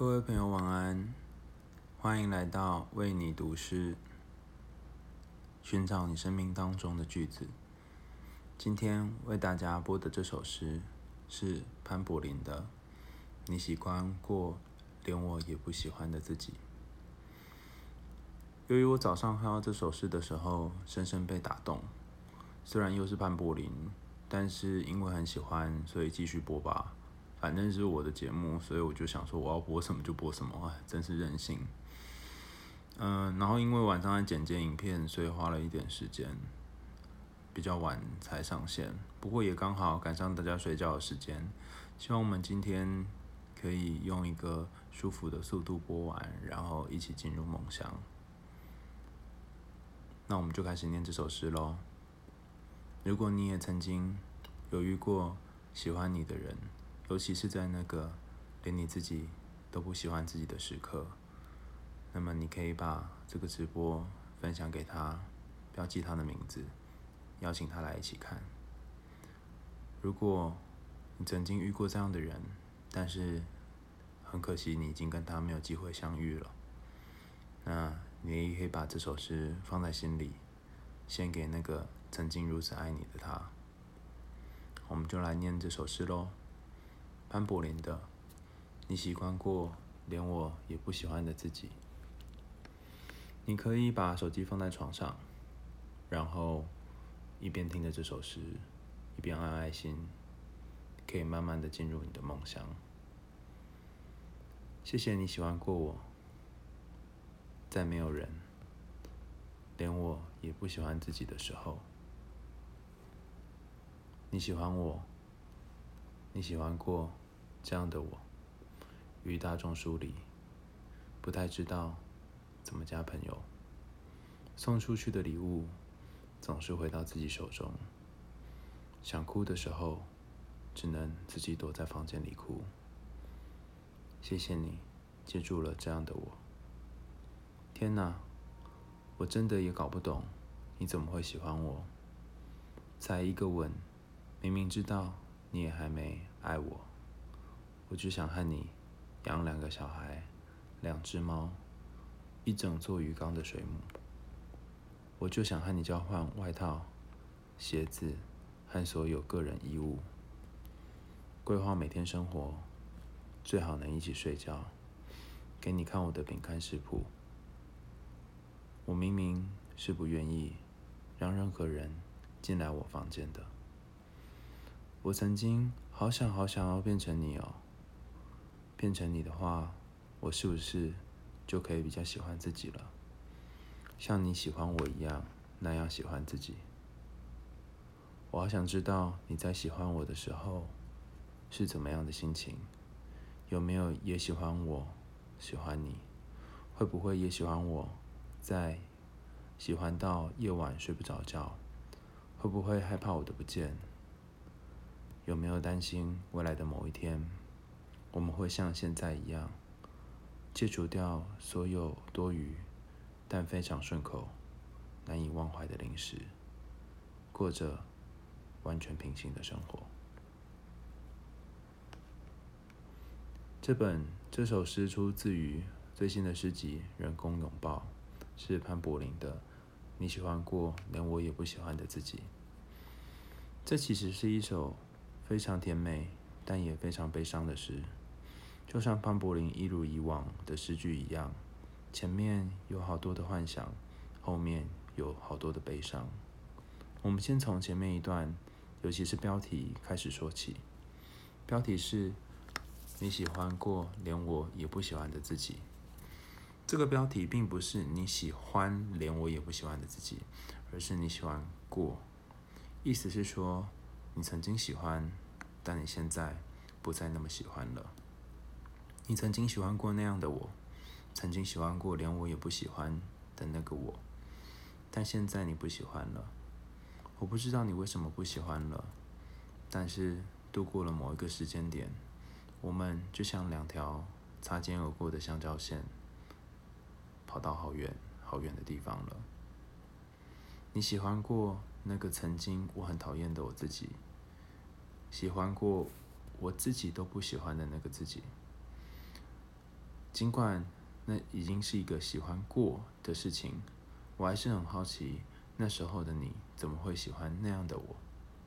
各位朋友晚安，欢迎来到为你读诗，寻找你生命当中的句子。今天为大家播的这首诗是潘柏林的《你喜欢过连我也不喜欢的自己》。由于我早上看到这首诗的时候深深被打动，虽然又是潘柏林，但是因为很喜欢，所以继续播吧。反正是我的节目，所以我就想说我要播什么就播什么，真是任性。然后因为晚上在剪接影片，所以花了一点时间，比较晚才上线。不过也刚好赶上大家睡觉的时间，希望我们今天可以用一个舒服的速度播完，然后一起进入梦乡。那我们就开始念这首诗咯。如果你也曾经有遇过喜欢你的人，尤其是在那个连你自己都不喜欢自己的时刻，那么你可以把这个直播分享给他，标记他的名字，邀请他来一起看。如果你曾经遇过这样的人，但是很可惜你已经跟他没有机会相遇了，那你也可以把这首诗放在心里，献给那个曾经如此爱你的他。我们就来念这首诗咯。潘柏林的《你喜欢过连我也不喜欢的自己》。你可以把手机放在床上，然后一边听着这首诗，一边按爱心，可以慢慢的进入你的梦乡。谢谢你喜欢过我，在没有人，连我也不喜欢自己的时候。你喜欢我，你喜欢过这样的我，于大众疏离，不太知道怎么加朋友。送出去的礼物总是回到自己手中，想哭的时候只能自己躲在房间里哭。谢谢你接住了这样的我。天哪，我真的也搞不懂你怎么会喜欢我。才一个吻，明明知道你也还没爱我，我只想和你养2个小孩，2只猫，一整座鱼缸的水母。我就想和你交换外套、鞋子和所有个人衣物，规划每天生活，最好能一起睡觉，给你看我的饼干食谱。我明明是不愿意让任何人进来我房间的。我曾经好想要变成你哦，变成你的话，我是不是就可以比较喜欢自己了？像你喜欢我一样，那样喜欢自己。我好想知道你在喜欢我的时候是怎么样的心情，有没有也喜欢我，喜欢你？会不会也喜欢我，在喜欢到夜晚睡不着觉？会不会害怕我的不见？有没有担心未来的某一天，我们会像现在一样，戒除掉所有多余但非常顺口、难以忘怀的零食，过着完全平静的生活？这首诗出自于最新的诗集《人工拥抱》，是潘柏林的《你喜欢过连我也不喜欢的自己》。这其实是一首非常甜美但也非常悲伤的诗，就像潘柏林一如以往的诗句一样，前面有好多的幻想，后面有好多的悲伤。我们先从前面一段，尤其是标题开始说起。标题是你喜欢过连我也不喜欢的自己。这个标题并不是你喜欢连我也不喜欢的自己，而是你喜欢过。意思是说，你曾经喜欢，但你现在不再那么喜欢了。你曾经喜欢过那样的我，曾经喜欢过连我也不喜欢的那个我，但现在你不喜欢了。我不知道你为什么不喜欢了，但是度过了某一个时间点，我们就像2条擦肩而过的相交线，跑到好远好远的地方了。你喜欢过那个曾经我很讨厌的我自己，喜欢过我自己都不喜欢的那个自己。 尽管那已经是一个喜欢过的事情，我还是很好奇，那时候的你怎么会喜欢那样的我？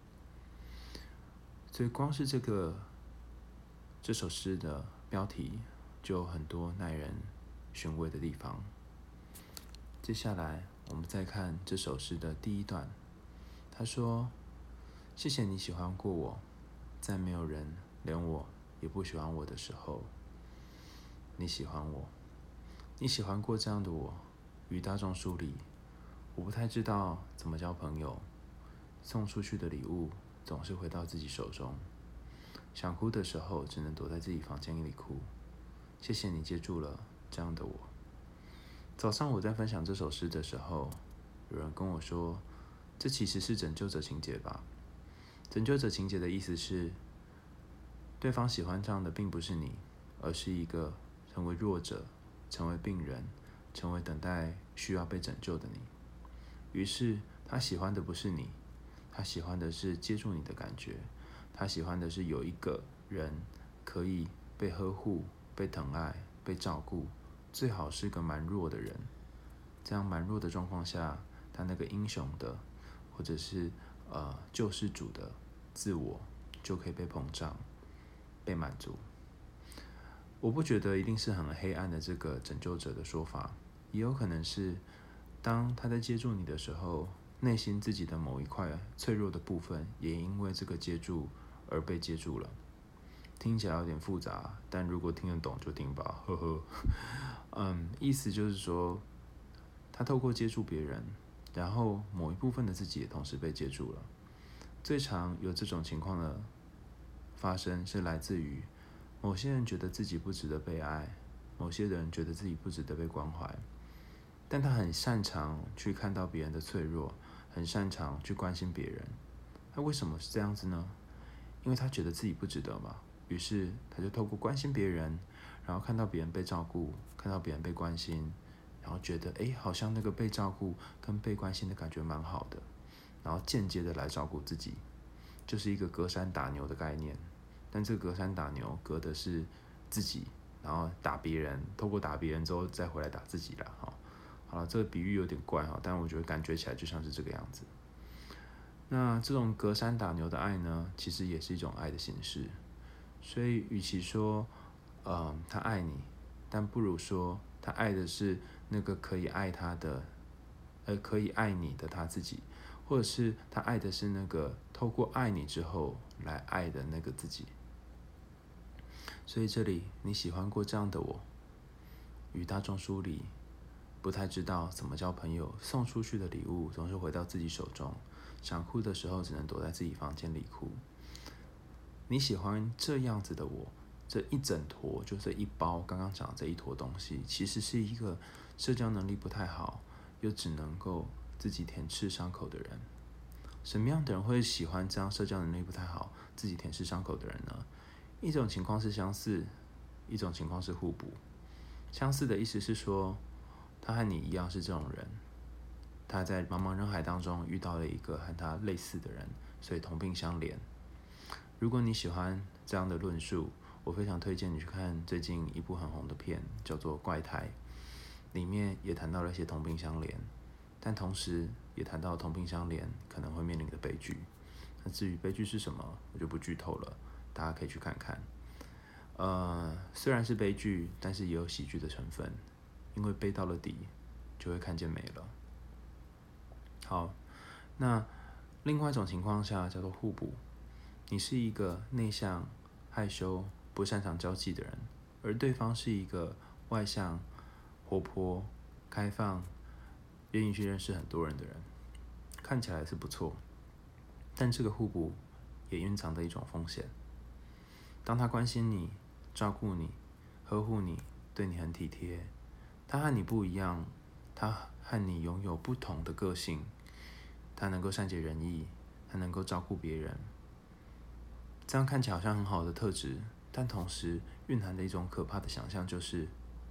所以光是这首诗的标题就有很多耐人寻味的地方。接下来我们再看这首诗的第一段，他说：谢谢你喜欢过我，在没有人连我也不喜欢我的时候，你喜欢我，你喜欢过这样的我。于大众书里，我不太知道怎么交朋友，送出去的礼物总是回到自己手中，想哭的时候只能躲在自己房间里哭。谢谢你接住了这样的我。早上我在分享这首诗的时候，有人跟我说，这其实是拯救者情节吧？拯救者情节的意思是，对方喜欢上的并不是你，而是一个成为弱者、成为病人、成为等待需要被拯救的你。于是他喜欢的不是你，他喜欢的是接住你的感觉，他喜欢的是有一个人可以被呵护、被疼爱、被照顾，最好是个蛮弱的人。这样蛮弱的状况下，他那个英雄的，或者是救世主的自我，就可以被膨胀、被满足。我不觉得一定是很黑暗的这个拯救者的说法，也有可能是当他在接住你的时候，内心自己的某一块脆弱的部分，也因为这个接住而被接住了。听起来有点复杂，但如果听得懂就听吧，呵呵。意思就是说，他透过接住别人，然后某一部分的自己也同时被接住了。最常有这种情况的发生，是来自于某些人觉得自己不值得被爱，某些人觉得自己不值得被关怀，但他很擅长去看到别人的脆弱，很擅长去关心别人。他为什么是这样子呢？因为他觉得自己不值得嘛，于是他就透过关心别人，然后看到别人被照顾，看到别人被关心，然后觉得好像那个被照顾跟被关心的感觉蛮好的，然后间接的来照顾自己，就是一个隔山打牛的概念。但这个隔山打牛隔的是自己，然后打别人，透过打别人之后再回来打自己啦。好了，这个比喻有点怪哈，但我觉得感觉起来就像是这个样子。那这种隔山打牛的爱呢，其实也是一种爱的形式。所以，与其说，他爱你，但不如说他爱的是那个可以爱他的，可以爱你的他自己，或者是他爱的是那个透过爱你之后来爱的那个自己。所以这里你喜欢过这样的我，与大众疏离，不太知道怎么交朋友，送出去的礼物总是回到自己手中，想哭的时候只能躲在自己房间里哭。你喜欢这样子的我，这一整坨就这一包刚刚讲的这一坨东西，其实是一个社交能力不太好，又只能够自己舔舐伤口的人。什么样的人会喜欢这样社交能力不太好、自己舔舐伤口的人呢？一种情况是相似，一种情况是互补。相似的意思是说，他和你一样是这种人，他在茫茫人海当中遇到了一个和他类似的人，所以同病相怜。如果你喜欢这样的论述，我非常推荐你去看最近一部很红的片，叫做《怪胎》，里面也谈到了一些同病相怜，但同时也谈到同病相怜可能会面临的悲剧。那至于悲剧是什么，我就不剧透了，大家可以去看看。虽然是悲剧，但是也有喜剧的成分，因为悲到了底，就会看见美了。好，那另外一种情况下叫做互补。你是一个内向、害羞、不擅长交际的人，而对方是一个外向、活泼、开放、愿意去认识很多人的人，看起来是不错。但这个互补也蕴藏着一种风险。当他关心你、照顾你、呵护你、对你很体贴，他和你不一样，他和你拥有不同的个性，他能够善解人意，他能够照顾别人。这样看起来好像很好的特质，但同时蕴含的一种可怕的想象就是，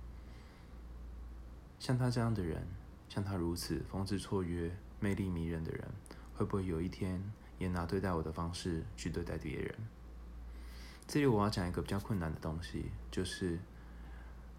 像他这样的人，像他如此风姿绰约、魅力迷人的人，会不会有一天也拿对待我的方式去对待别人？这里我要讲一个比较困难的东西，就是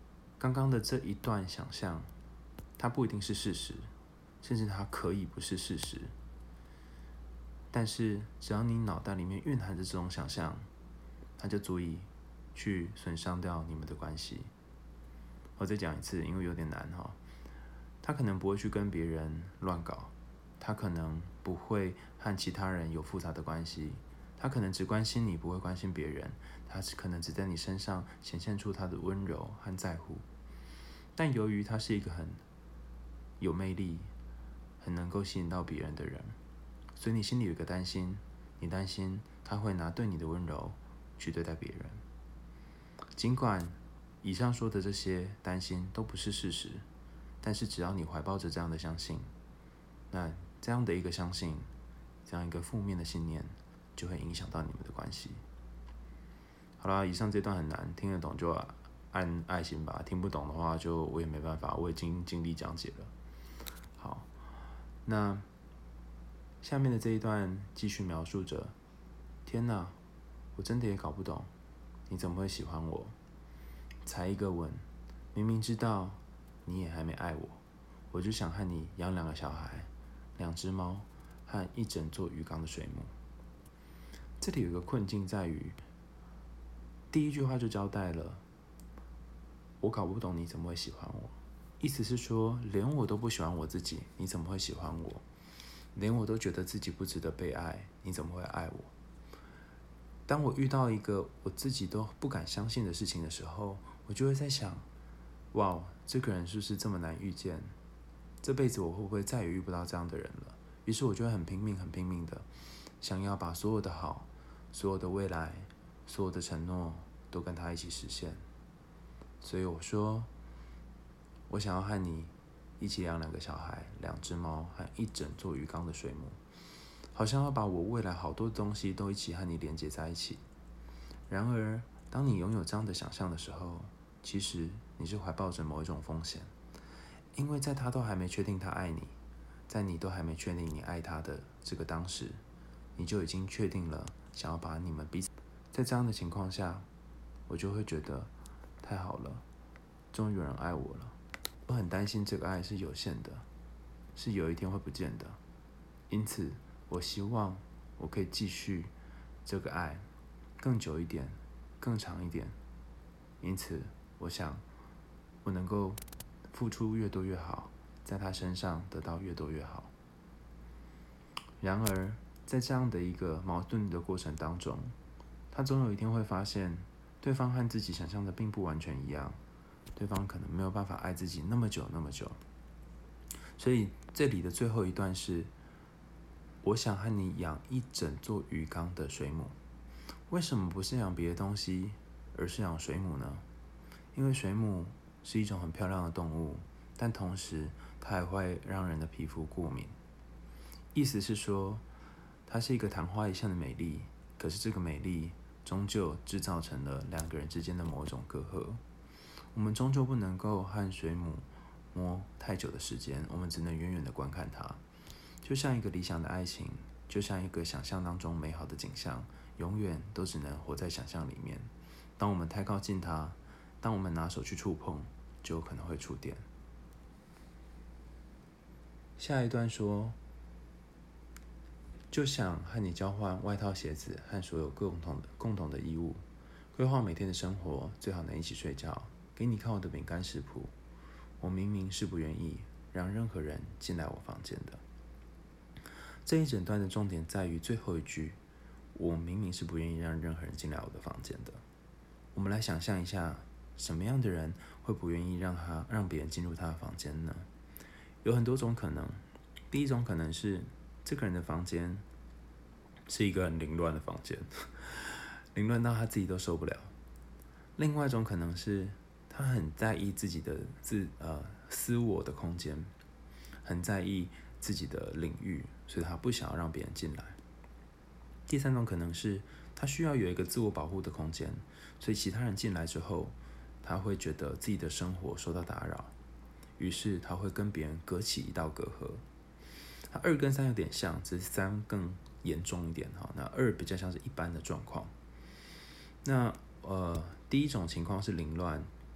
刚刚的这一段想象，它不一定是事实，甚至它可以不是事实。但是只要你脑袋里面蕴含着这种想象，它就足以去损伤掉你们的关系。我再讲一次，因为有点难哈。他可能不会去跟别人乱搞，他可能不会和其他人有复杂的关系，他可能只关心你，不会关心别人，他可能只在你身上显现出他的温柔和在乎。但由于他是一个很有魅力、很能够吸引到别人的人，所以你心里有一个担心，你担心他会拿对你的温柔去对待别人。尽管以上说的这些担心都不是事实，但是只要你怀抱着这样的相信，那这样的一个相信，这样一个负面的信念，就会影响到你们的关系。好啦，以上这段很难，听得懂就按爱心吧，听不懂的话就我也没办法，我已经尽力讲解了。好，那下面的这一段继续描述着：天哪，我真的也搞不懂，你怎么会喜欢我？才一个吻，明明知道你也还没爱我，我就想和你养2个小孩、2只猫和一整座鱼缸的水母。这里有一个困境在于，第一句话就交代了，我搞不懂你怎么会喜欢我。意思是说，连我都不喜欢我自己，你怎么会喜欢我？连我都觉得自己不值得被爱，你怎么会爱我？当我遇到一个我自己都不敢相信的事情的时候，我就会在想，哇，这个人是不是这么难遇见？这辈子我会不会再也遇不到这样的人了？于是我就会很拼命的想要把所有的好、所有的未来、所有的承诺都跟他一起实现。所以我说，我想要和你一起养2个小孩、2只猫和一整座鱼缸的水母，好像要把我未来好多东西都一起和你连接在一起。然而，当你拥有这样的想象的时候，其实你是怀抱着某一种风险，因为在他都还没确定他爱你，在你都还没确定你爱他的这个当时，你就已经确定了想要把你们彼此。在这样的情况下，我就会觉得太好了，终于有人爱我了。我很担心这个爱是有限的，是有一天会不见的，因此我希望我可以继续这个爱更久一点，更长一点。因此我想我能够付出越多越好，在他身上得到越多越好。然而在这样的一个矛盾的过程当中，他总有一天会发现对方和自己想象的并不完全一样，对方可能没有办法爱自己那么久。所以这里的最后一段是，我想和你养一整座鱼缸的水母。为什么不是养别的东西，而是养水母呢？因为水母是一种很漂亮的动物，但同时它还会让人的皮肤过敏。意思是说，它是一个昙花一现的美丽，可是这个美丽终究制造成了2个人之间的某种隔阂。我们终究不能够和水母摸太久的时间，我们只能远远的观看它，就像一个理想的爱情，就像一个想象当中美好的景象，永远都只能活在想象里面。当我们太靠近它，当我们拿手去触碰，就有可能会触电。下一段说，就想和你交换外套、鞋子和所有共同的衣物，规划每天的生活，最好能一起睡觉，给你看我的饼干食谱。我明明是不愿意让任何人进来我房间的。这一整段的重点在于最后一句，我明明是不愿意让任何人进来我的房间的。我们来想象一下，什么样的人会不愿意让别人进入他的房间呢？有很多种可能。第一种可能是这个人的房间是一个很凌乱的房间，凌乱到他自己都受不了。另外一种可能是他很在意自己的私我的空间，很在意自己的领域，所以他不想要让别人进来。第三种可能是他需要有一个自我保护的空间，所以其他人进来之后，他会觉得自己的生活受到打扰，于是他会跟别人隔起一道隔阂。它2跟3有点像，只是3更严重一点哈。那2比较像是一般的状况。那第一种情况是凌乱，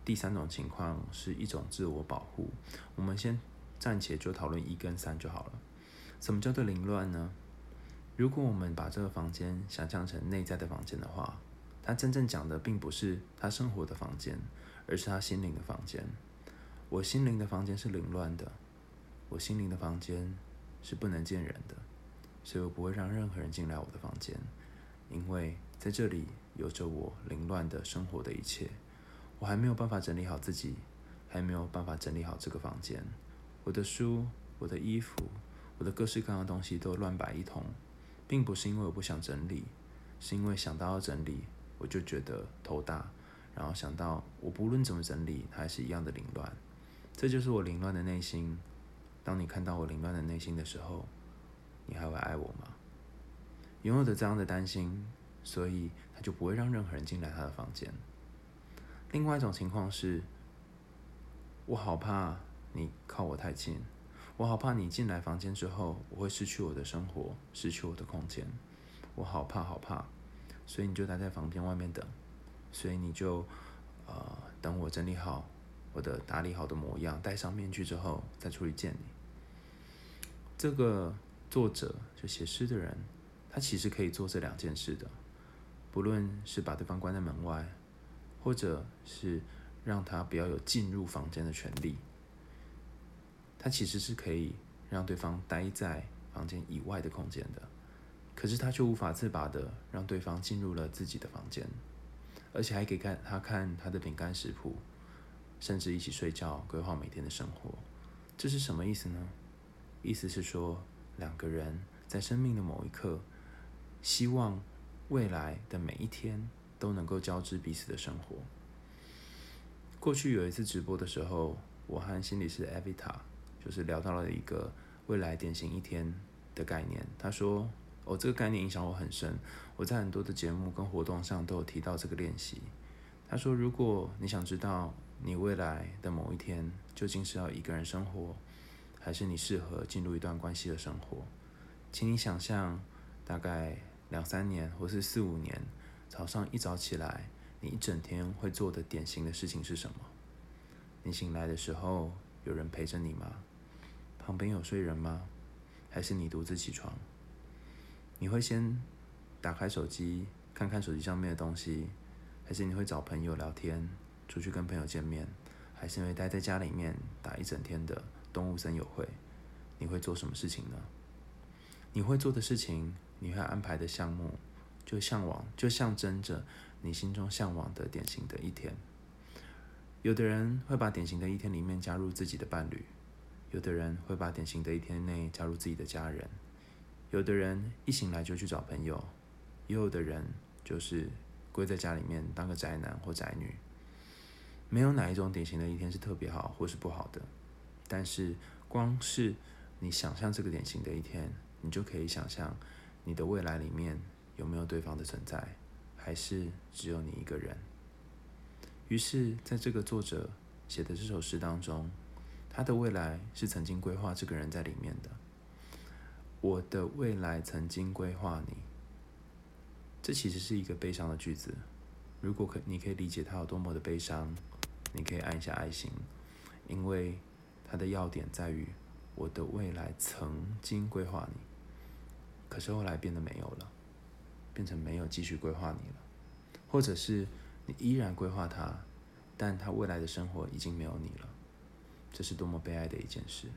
第三种情况是一种自我保护。我们先暂且就讨论1跟3就好了。什么叫做凌乱呢？如果我们把这个房间想象成内在的房间的话，他真正讲的并不是他生活的房间，而是他心灵的房间。我心灵的房间是凌乱的，我心灵的房间是不能见人的，所以我不会让任何人进来我的房间，因为在这里有着我凌乱的生活的一切。我还没有办法整理好自己，还没有办法整理好这个房间。我的书、我的衣服、我的各式各样的东西都乱摆一通，并不是因为我不想整理，是因为想到要整理，我就觉得头大，然后想到我不论怎么整理，它还是一样的凌乱。这就是我凌乱的内心。当你看到我凌乱的内心的时候，你还会爱我吗？拥有着这样的担心，所以他就不会让任何人进来他的房间。另外一种情况是，我好怕你靠我太近，我好怕你进来房间之后，我会失去我的生活，失去我的空间。我好怕好怕，所以你就待在房间外面等，所以你就等我整理好我的打理好的模样，戴上面具之后再出去见你。这个作者就写诗的人，他其实可以做这2件事的，不论是把对方关在门外，或者是让他不要有进入房间的权利，他其实是可以让对方待在房间以外的空间的，可是他却无法自拔的让对方进入了自己的房间，而且还给他看他的饼干食谱，甚至一起睡觉，规划每天的生活。这是什么意思呢？意思是说，2个人在生命的某一刻，希望未来的每一天都能够交织彼此的生活。过去有一次直播的时候，我和心理师 Evita 就是聊到了一个未来典型一天的概念。他说，这个概念影响我很深，我在很多的节目跟活动上都有提到这个练习。他说，如果你想知道你未来的某一天究竟是要一个人生活，还是你适合进入一段关系的生活，请你想象大概2-3年或是4-5年，早上一早起来，你一整天会做的典型的事情是什么？你醒来的时候有人陪着你吗？旁边有睡人吗？还是你独自起床？你会先打开手机看看手机上面的东西，还是你会找朋友聊天，出去跟朋友见面，还是你会待在家里面打一整天的动物森友会？你会做什么事情呢？你会做的事情，你会安排的项目，就象征着你心中向往的典型的一天。有的人会把典型的一天里面加入自己的伴侣，有的人会把典型的一天内加入自己的家人，有的人一醒来就去找朋友，也有的人就是归在家里面当个宅男或宅女。没有哪一种典型的一天是特别好或是不好的，但是光是你想象这个典型的一天，你就可以想象你的未来里面有没有对方的存在，还是只有你一个人。于是在这个作者写的这首诗当中，他的未来是曾经规划这个人在里面的。我的未来曾经规划你，这其实是一个悲伤的句子。如果你可以理解它有多么的悲伤，你可以按一下爱心，因为它的要点在于我的未来曾经规划你，可是后来变得没有了，变成没有继续规划你了，或者是你依然规划他，但他未来的生活已经没有你了。这是多么悲哀的一件事。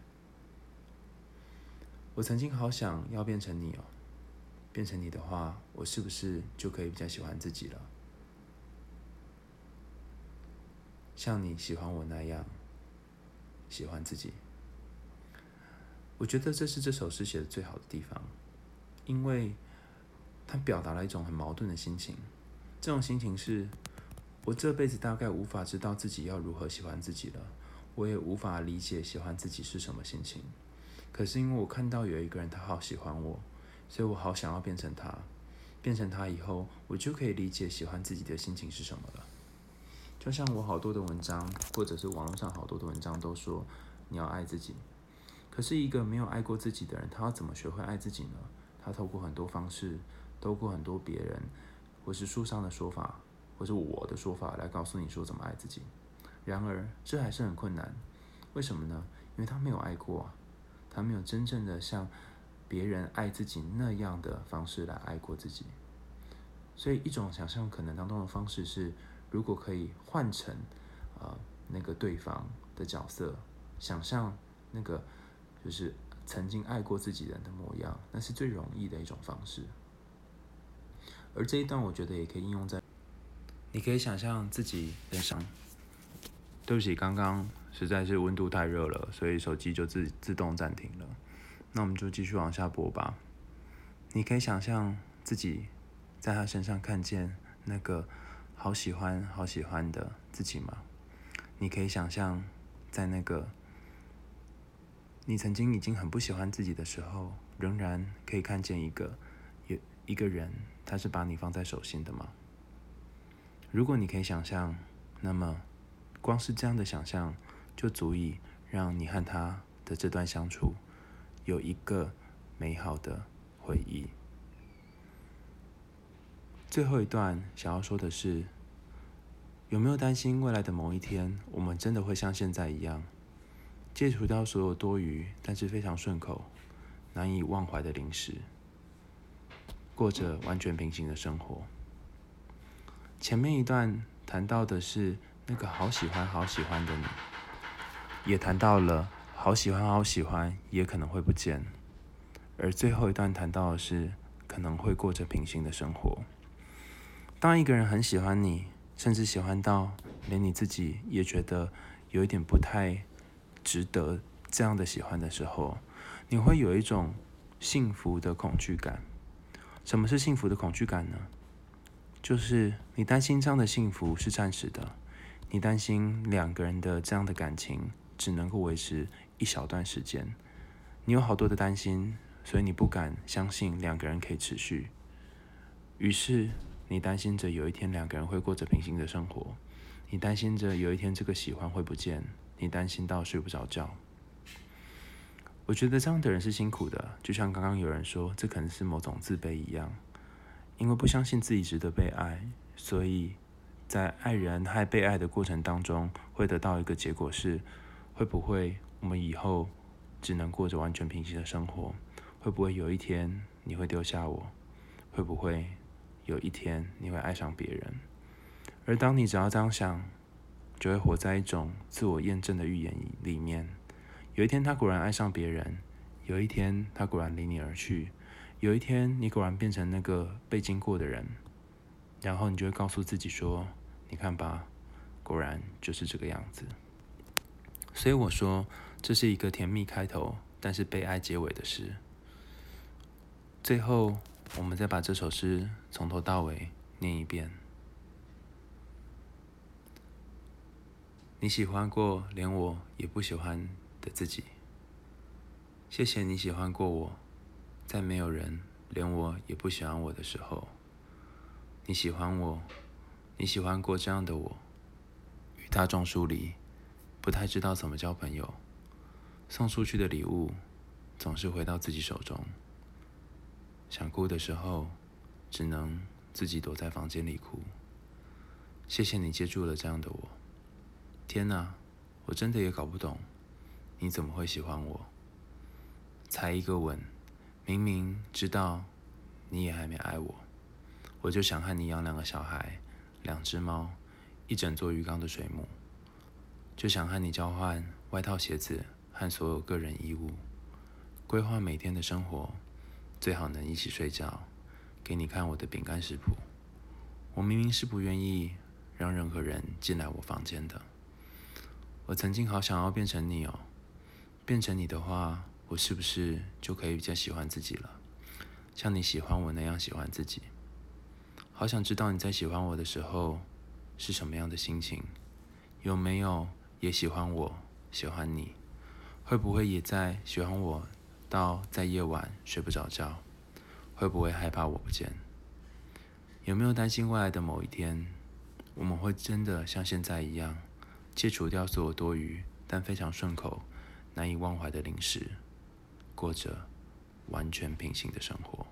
我曾经好想要变成你哦，变成你的话，我是不是就可以比较喜欢自己了？像你喜欢我那样喜欢自己。我觉得这是这首诗写的最好的地方，因为它表达了一种很矛盾的心情。这种心情是，我这辈子大概无法知道自己要如何喜欢自己了，我也无法理解喜欢自己是什么心情。可是因为我看到有一个人他好喜欢我，所以我好想要变成他。变成他以后，我就可以理解喜欢自己的心情是什么了。就像我好多的文章，或者是网络上好多的文章都说你要爱自己，可是一个没有爱过自己的人，他要怎么学会爱自己呢？他透过很多方式，透过很多别人或是书上的说法，或是我的说法来告诉你说怎么爱自己。 然而，这还是很困难。为什么呢？因为他没有爱过啊，他没有真正的像别人爱自己那样的方式来爱过自己。所以，一种想象可能当中的方式是，如果可以换成那个对方的角色，想象那个就是曾经爱过自己人的模样，那是最容易的一种方式。而这一段我觉得也可以应用在，你可以想象自己身上。对不起，刚刚实在是温度太热了，所以手机就自动暂停了。那我们就继续往下播吧。你可以想象自己在他身上看见那个好喜欢、好喜欢的自己吗？你可以想象在那个你曾经已经很不喜欢自己的时候，仍然可以看见一个人，他是把你放在手心的吗？如果你可以想象，那么光是这样的想象，就足以让你和他的这段相处有一个美好的回忆。最后一段想要说的是，有没有担心未来的某一天，我们真的会像现在一样，戒除掉所有多余但是非常顺口、难以忘怀的零食，过着完全平行的生活？前面一段谈到的是那个好喜欢、好喜欢的你，也谈到了好喜欢、好喜欢也可能会不见，而最后一段谈到的是可能会过着平行的生活。当一个人很喜欢你，甚至喜欢到连你自己也觉得有一点不太值得这样的喜欢的时候，你会有一种幸福的恐惧感。什么是幸福的恐惧感呢？就是你担心这样的幸福是暂时的，你担心两个人的这样的感情只能够维持一小段时间，你有好多的担心，所以你不敢相信两个人可以持续。于是你担心着有一天两个人会过着平行的生活，你担心着有一天这个喜欢会不见，你担心到睡不着觉。我觉得这样的人是辛苦的，就像刚刚有人说，这可能是某种自卑一样。因为不相信自己值得被爱，所以在爱人和被爱的过程当中，会得到一个结果是：会不会我们以后只能过着完全平行的生活？会不会有一天你会丢下我？会不会有一天你会爱上别人？而当你只要这样想，就会活在一种自我验证的预言里面。有一天他果然爱上别人，有一天他果然离你而去。有一天，你果然变成那个被经过的人，然后你就会告诉自己说：“你看吧，果然就是这个样子。”所以我说，这是一个甜蜜开头，但是悲哀结尾的诗。最后，我们再把这首诗从头到尾念一遍。你喜欢过连我也不喜欢的自己，谢谢你喜欢过我。在没有人连我也不喜欢我的时候，你喜欢我，你喜欢过这样的我，与大众疏离，不太知道怎么交朋友，送出去的礼物总是回到自己手中，想哭的时候只能自己躲在房间里哭。谢谢你接住了这样的我。天哪，我真的也搞不懂，你怎么会喜欢我？才一个吻，明明知道你也还没爱我，我就想和你养2个小孩，2只猫，一整座鱼缸的水母，就想和你交换外套、鞋子和所有个人衣物，规划每天的生活，最好能一起睡觉，给你看我的饼干食谱。我明明是不愿意让任何人进来我房间的。我曾经好想要变成你哦，变成你的话，我是不是就可以比较喜欢自己了？像你喜欢我那样喜欢自己。好想知道你在喜欢我的时候是什么样的心情，有没有也喜欢我，喜欢你？会不会也在喜欢我到在夜晚睡不着觉？会不会害怕我不见？有没有担心未来的某一天，我们会真的像现在一样，戒除掉所有多余但非常顺口、难以忘怀的零食，过着完全平行的生活？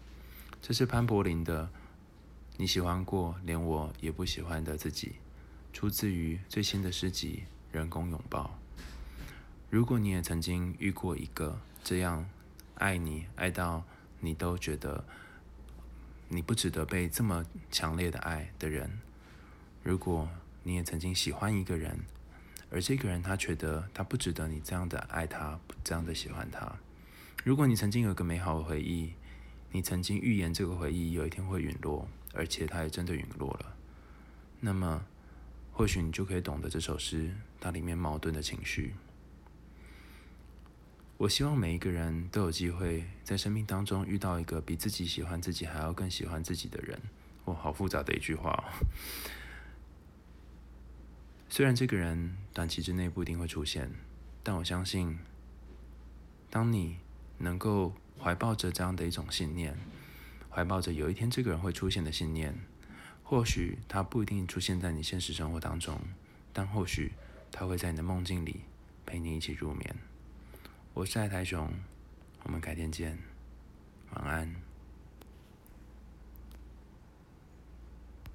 这是潘柏林的《你喜欢过连我也不喜欢的自己》， 出自于最新的诗集《人工拥抱》。如果你也曾经遇过一个这样爱你，爱到你都觉得你不值得被这么强烈的爱的人，如果你也曾经喜欢一个人，而这个人他觉得他不值得你这样的爱他，这样的喜欢他，如果你曾经有个美好的回忆，你曾经预言这个回忆有一天会陨落，而且它也真的陨落了，那么或许你就可以懂得这首诗它里面矛盾的情绪。我希望每一个人都有机会在生命当中遇到一个比自己喜欢自己还要更喜欢自己的人。好复杂的一句话哦。虽然这个人短期之内不一定会出现，但我相信，当你能够怀抱着这样的一种信念，怀抱着有一天这个人会出现的信念，或许他不一定出现在你现实生活当中，但或许他会在你的梦境里陪你一起入眠。我是爱台雄，我们改天见，晚安。